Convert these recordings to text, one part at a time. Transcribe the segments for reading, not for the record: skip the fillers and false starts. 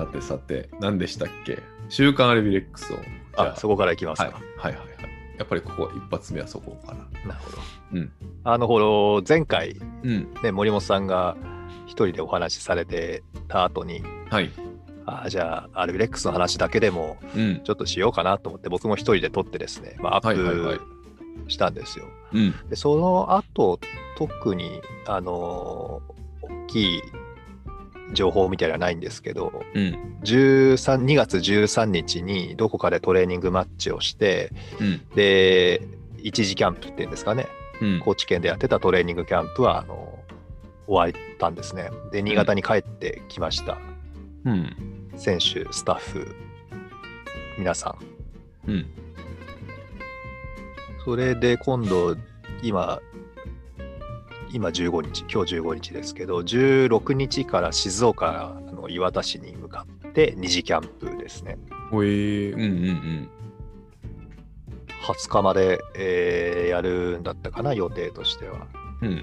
さてさて、何でしたっけ？週刊アルビレックスを。 そこからいきますか。 はいはいはい。やっぱりここ、一発目はそこから。 なるほど。 うん。 前回、 うんね、森本さんが一人でお話しされてた後に、 はい。 じゃあ、アルビレックスの話だけでも、 うんちょっとしようかなと思って、僕も一人で撮ってですね、アはいはいはいップしたんですよ。 うんで、その後、特に、大きい情報みたいなのはないんですけど、 うん 2月13日にどこかでトレーニングマッチをして、 うんで、一時キャンプっていうんですかね、 うん高知県でやってたトレーニングキャンプは終わったんですね。で、新潟に帰ってきました。 うん選手、スタッフ、皆さん。 うんそれで今度、今15日、今日15日ですけど、16日から静岡の磐田市に向かって2次キャンプですね。 うんうん 20日まで、やるんだったかな、予定としては。 うん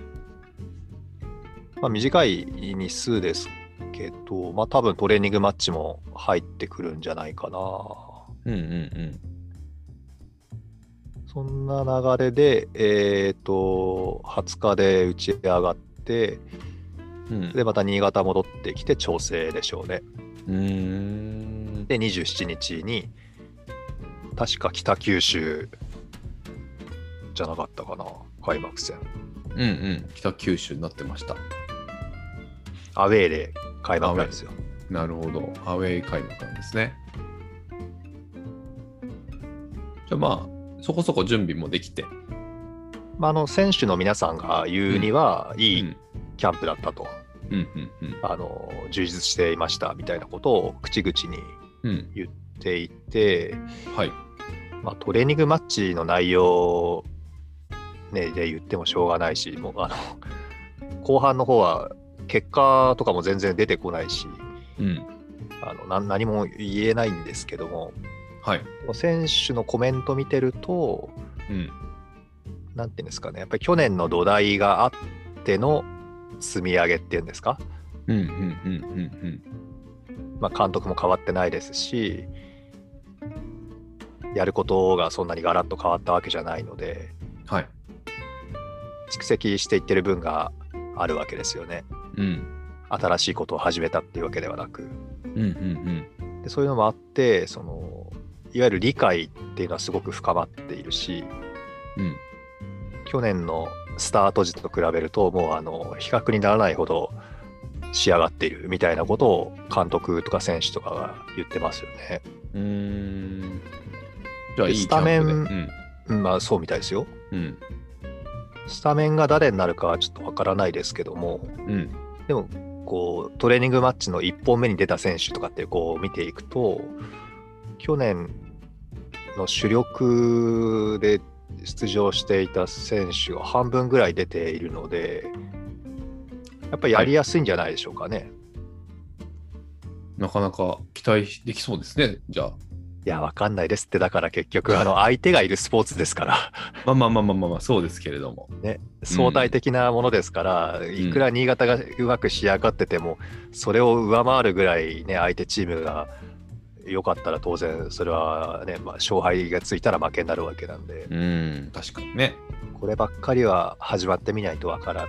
短い日数ですけど、多分トレーニングマッチも入ってくるんじゃないかな。 うんうんそんな流れで、20日で打ち上がって、 うんで、また新潟戻ってきて調整でしょうね。 うんで、27日に、確か北九州じゃなかったかな、開幕戦。 うん北九州になってました。 アウェーで開幕なんですよ。 なるほど。アウェー開幕なんですね。じゃあそこそこ準備もできて。 選手の皆さんが言うには、いいキャンプだったと。 うんうんうん充実していましたみたいなことを口々にうん言っていて、 はいトレーニングマッチの内容、ね、で言ってもしょうがないし、もう後半の方は結果とかも全然出てこないし、 うん何も言えないんですけども、 はい選手のコメント見てると、 うんなんていうんですかね、やっぱり去年の土台があっての積み上げっていうんですか、 うんうんうんうん監督も変わってないですし、やることがそんなにガラッと変わったわけじゃないので、 はい蓄積していってる分があるわけですよね。 うん新しいことを始めたっていうわけではなく。 うんうんでそういうのもあって、いわゆる理解っていうのはすごく深まっているし、 うん去年のスタート時と比べるともう比較にならないほど仕上がっているみたいなことを監督とか選手とかが言ってますよね。 じゃあいいスタメン、 キャンプでそうみたいですよ。 うんスタメンが誰になるかはちょっとわからないですけども、 うんでもトレーニングマッチの1本目に出た選手とかって見ていくと、去年の主力で出場していた選手が半分ぐらい出ているので、やっぱりやりやすいんじゃないでしょうかね。 なかなか期待できそうですね。じゃあいや、わかんないですって。だから結局相手がいるスポーツですからそうですけれどもね、相対的なものですから、いくら新潟がうまく仕上がってても、それを上回るぐらいね、相手チームが良かったら当然それはね、勝敗がついたら負けになるわけなんで、 確かにね。 こればっかりは始まってみないとわからない。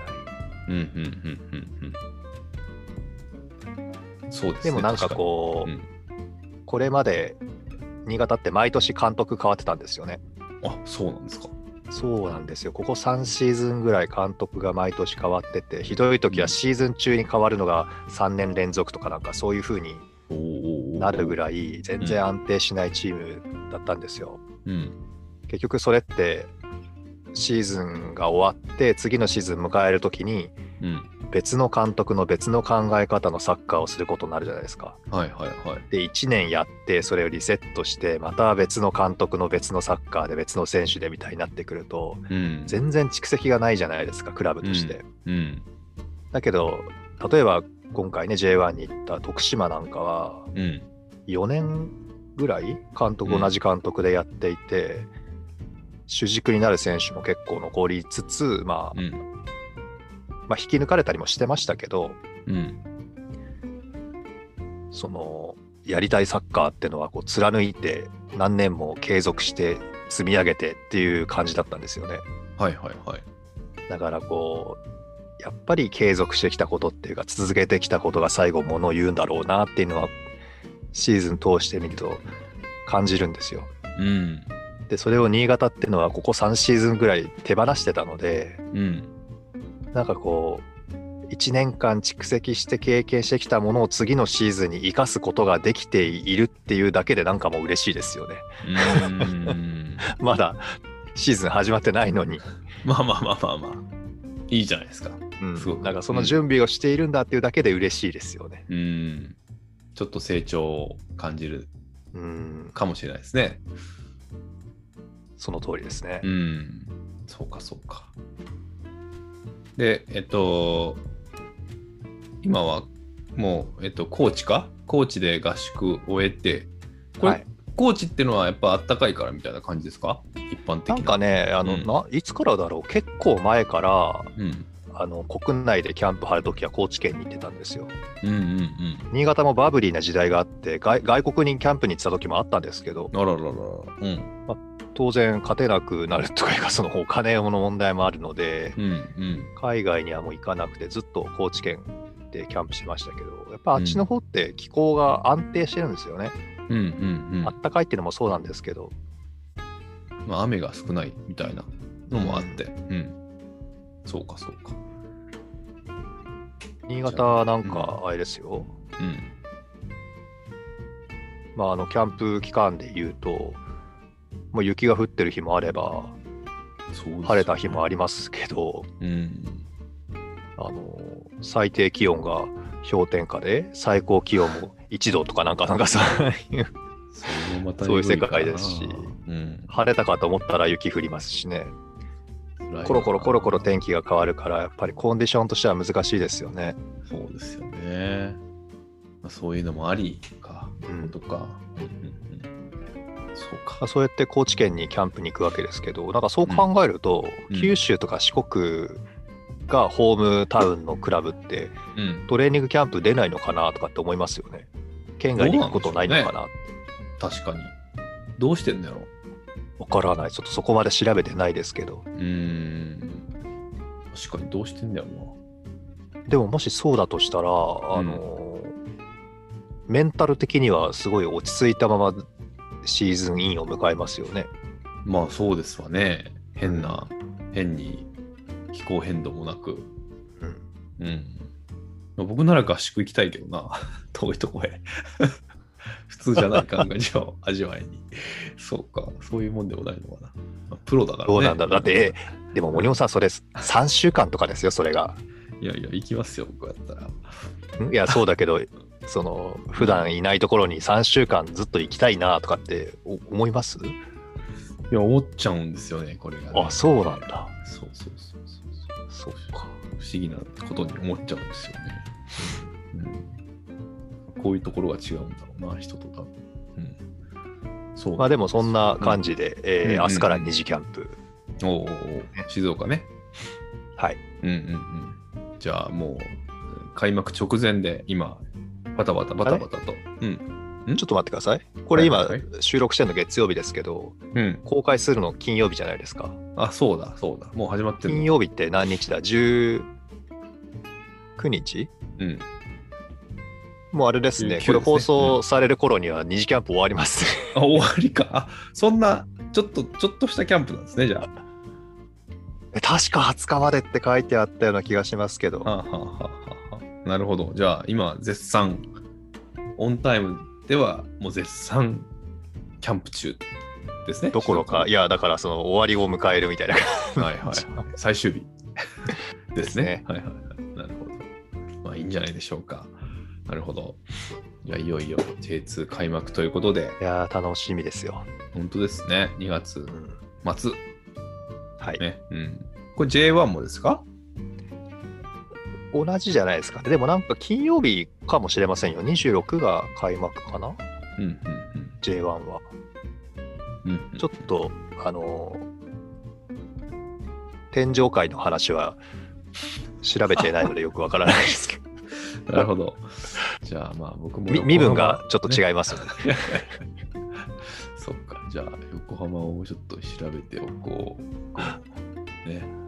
そうですね。 でもなんかこれまで新潟って毎年監督変わってたんですよね。 あ、そうなんですか。 そうなんですよ。ここ3シーズンぐらい監督が毎年変わってて、ひどい時はシーズン中に変わるのが3年連続とかなんかそういう風になるぐらい全然安定しないチームだったんですよ。結局それってシーズンが終わって次のシーズン迎える時に別の監督の別の考え方のサッカーをすることになるじゃないですか。で1年やってそれをリセットしてまた別の監督の別のサッカーで別の選手でみたいになってくると、全然蓄積がないじゃないですか、クラブとして。だけど例えば今回ね J1 に行った徳島なんかは4年ぐらい同じ監督でやっていて、主軸になる選手も結構残りつつ、引き抜かれたりもしてましたけど、 やりたいサッカーっていうのはこう貫いて何年も継続して積み上げてっていう感じだったんですよね。 はいはいはい。 だからこうやっぱり継続してきたことっていうか続けてきたことが最後ものを言うんだろうなっていうのはシーズン通してみると感じるんですよ。 うん。 でそれを新潟っていうのはここ3シーズンぐらい手放してたので、 うん。 なんかこう1年間蓄積して経験してきたものを次のシーズンに生かすことができているっていうだけでなんかもう嬉しいですよね。まだシーズン始まってないのに、 まあまあまあまあまあ。いいじゃないですか。すごく。 なんかその準備をしているんだっていうだけで嬉しいですよね。 ちょっと成長を感じるかもしれないですね。 その通りですね。 そうかそうか。で、今はもう、高知か高知で合宿を終えて、これ、はい、高知っていうのはやっぱあったかいからみたいな感じですか？一般的な。 なんかね、いつからだろう、結構前から、国内でキャンプ張るときは高知県に行ってたんですよ。新潟もバブリーな時代があって、外国にキャンプに行ってた時もあったんですけど、当然勝てなくなるというか、そのお金の問題もあるので、海外にはもう行かなくてずっと高知県でキャンプしてましたけど、やっぱあっちの方って気候が安定してるんですよね。あったかいっていうのもそうなんですけど、 まあ雨が少ないみたいなのもあって、そうかそうか。 新潟なんかあれですよ。まあキャンプ期間で言うと、もう雪が降ってる日もあれば、晴れた日もありますけど、最低気温が氷点下で最高気温も1度とかなんかそういうそういう世界ですし、晴れたかと思ったら雪降りますしね。コロコロ天気が変わるからやっぱりコンディションとしては難しいですよね。 そうですよね。そういうのもありか、とか。 そうか。そうやって高知県にキャンプに行くわけですけど、なんかそう考えると、九州とか四国がホームタウンのクラブって、トレーニングキャンプ出ないのかなとかって思いますよね。県外に行くことないのかな、ね、 確かに。どうしてんだろう。わからない。ちょっとそこまで調べてないですけど。 確かにどうしてんだろうな。でももしそうだとしたら、メンタル的にはすごい落ち着いたままシーズンインを迎えますよね。 まあそうですわね。変に気候変動もなく。僕なら合宿行きたいけどな。遠いとこへ。普通じゃない感じを味わいに。そうか。そういうもんでもないのかな。プロだからね。 どうなんだ。だって、でも森本さん、それ3週間とかですよ、それが。 いや、行きますよ、僕やったら。 いや、そうだけど、普段いないところに3週間ずっと行きたいなとかって思います？ いや、思っちゃうんですよね、これが、ね。 あ、そうなんだ。 そうか。不思議なことに思っちゃうんですよね。こういうところが違うんだろうな、人と多分。そう。 まあでもそんな感じで、明日から2次キャンプ。 静岡ね。 はい。 じゃあもう開幕直前で今バタバタと。ちょっと待ってください。これ今収録してるの月曜日ですけど、公開するの金曜日じゃないですか。 あ、そうだ。もう始まってる。 金曜日って何日だ ?19 日？もうあれですね。これ放送される頃には2次キャンプ終わります。 終わりか。そんなちょっとしたキャンプなんですね、じゃあ。 確か20日までって書いてあったような気がしますけど。 なるほど。じゃあ今絶賛オンタイムではもう絶賛キャンプ中ですね。 どころか、いやだからその終わりを迎えるみたいな。 最終日ですね。なるほど。まあいいんじゃないでしょうか。なるほど。じゃあいよいよ J2 開幕ということで。 いや楽しみですよ。 本当ですね。2月末。 はい。 これ J1 もですか？ 同じじゃないですか。でもなんか金曜日かもしれませんよ。26が開幕かな。J1 は。ちょっと天上界の話は調べてないのでよくわからないですけど。 なるほど。じゃあまあ僕も身分がちょっと違いますよね。 そっか。じゃあ横浜をちょっと調べておこう。ね。